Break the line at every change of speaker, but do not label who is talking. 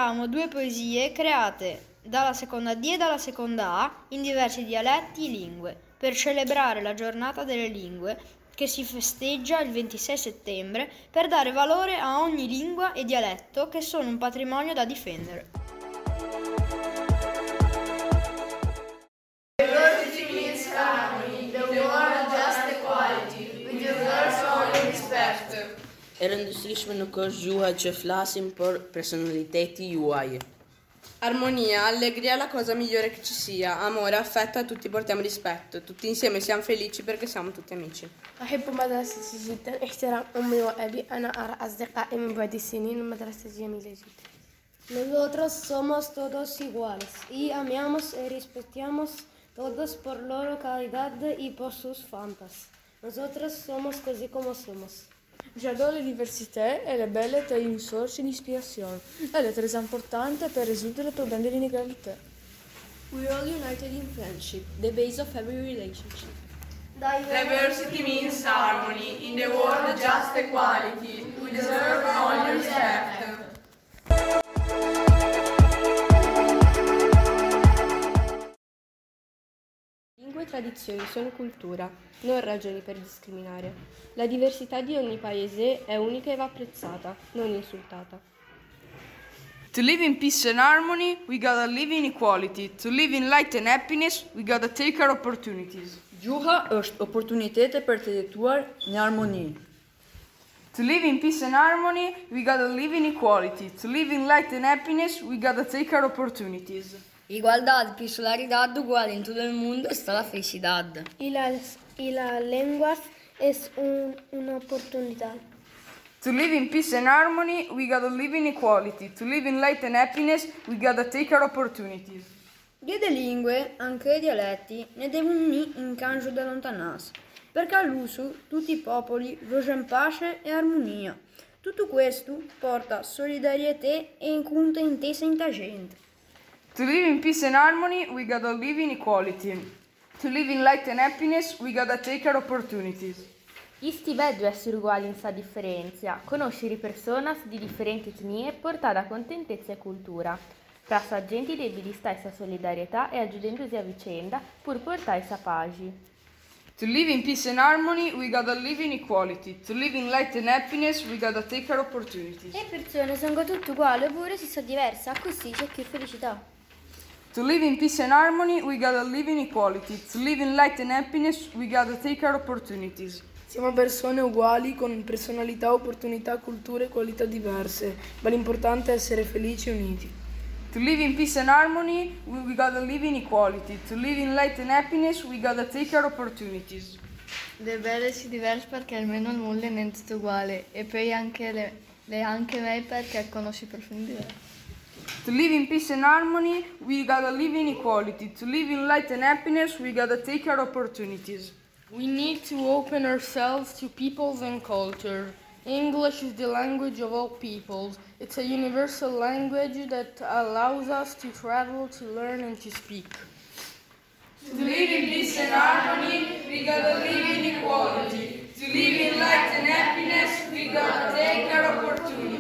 leggiamo 2 poesie create dalla seconda D e dalla seconda A in diversi dialetti e lingue per celebrare la giornata delle lingue che si festeggia il 26 settembre per dare valore a ogni lingua e dialetto che sono un patrimonio da difendere.
Diversity means harmony, the world just equality, we deserve only respect.
Er industries met elkaar juha ce flasim per personaliteti juaie.
Armonia, allegria è la cosa migliore che ci sia, amore, affetto a tutti portiamo rispetto, tutti insieme siamo felici perché siamo tutti amici.
أحب مدرستي جدا احترام أمي وأبي أنا أرى أصدقائي من بعد سنين مدرسة جميلة جدا.
Nosotros somos todos iguales y amamos y respetamos todos por loro calidad y por sus fantas. Nosotros somos così come somos.
J'adore la diversità e la bellezza è un sorso di ispirazione. Elle est très importante per risolvere il problema dell'inegalità.
We are all united in friendship, the base of every relationship.
Diversity means harmony, in the world just equality, we deserve only respect.
Lingue e tradizioni sono cultura, non ragioni per discriminare. La diversità di ogni paese è unica e va apprezzata, non insultata.
To live in peace and harmony, we gotta live in equality. To live in light and happiness, we gotta take our opportunities.
Gjuha është oportunitete për të jetuar në armoni.
To live in peace and harmony, we gotta live in equality. To live in light and happiness, we gotta take our opportunities.
Igualdad, solidaridad, igual en todo el mundo está la felicidad.
Y la lengua es una oportunidad.
To live in peace and harmony, we gotta live in equality. To live in light and happiness, we gotta take our opportunities.
Dio de lingue, anche i dialetti, ne devono in cambio de lontanas, perché all'uso tutti i popoli vogliono pace e armonia. Tutto questo porta solidarietà e incontra intesa in ta gente.
To live in peace and harmony, we gotta live in equality. To live in light and happiness, we gotta take our opportunities.
Isti vedo essere uguali in sa differenzia, conoscere persone di differenti etnie porta da contentezza e cultura. Fra sa gente debili sta essa solidarietà e aggiungendosi a vicenda pur portare sa pagi.
To live in peace and harmony, we gotta live in equality. To live in light and happiness, we gotta take our opportunities.
Le persone sono tutte uguali, oppure si sono diverse, così c'è più felicità.
To live in peace and harmony, we gotta live in equality. To live in light and happiness, we gotta take our opportunities.
Siamo persone uguali con personalità, opportunità, culture e qualità diverse, ma l'importante è essere felici e uniti.
To live in peace and harmony, we gotta live in equality. To live in light and happiness, we gotta take our opportunities.
Le belle si diverse perché almeno il mondo è tutto uguale e poi anche me perché conosci persone diverse.
To live in peace and harmony, we gotta live in equality. To live in light and happiness, we gotta take our opportunities.
We need to open ourselves to peoples and culture. English is the language of all peoples. It's a universal language that allows us to travel, to learn and to speak.
To live in peace and harmony, we gotta live in equality. To live in light and happiness, we gotta take our opportunities.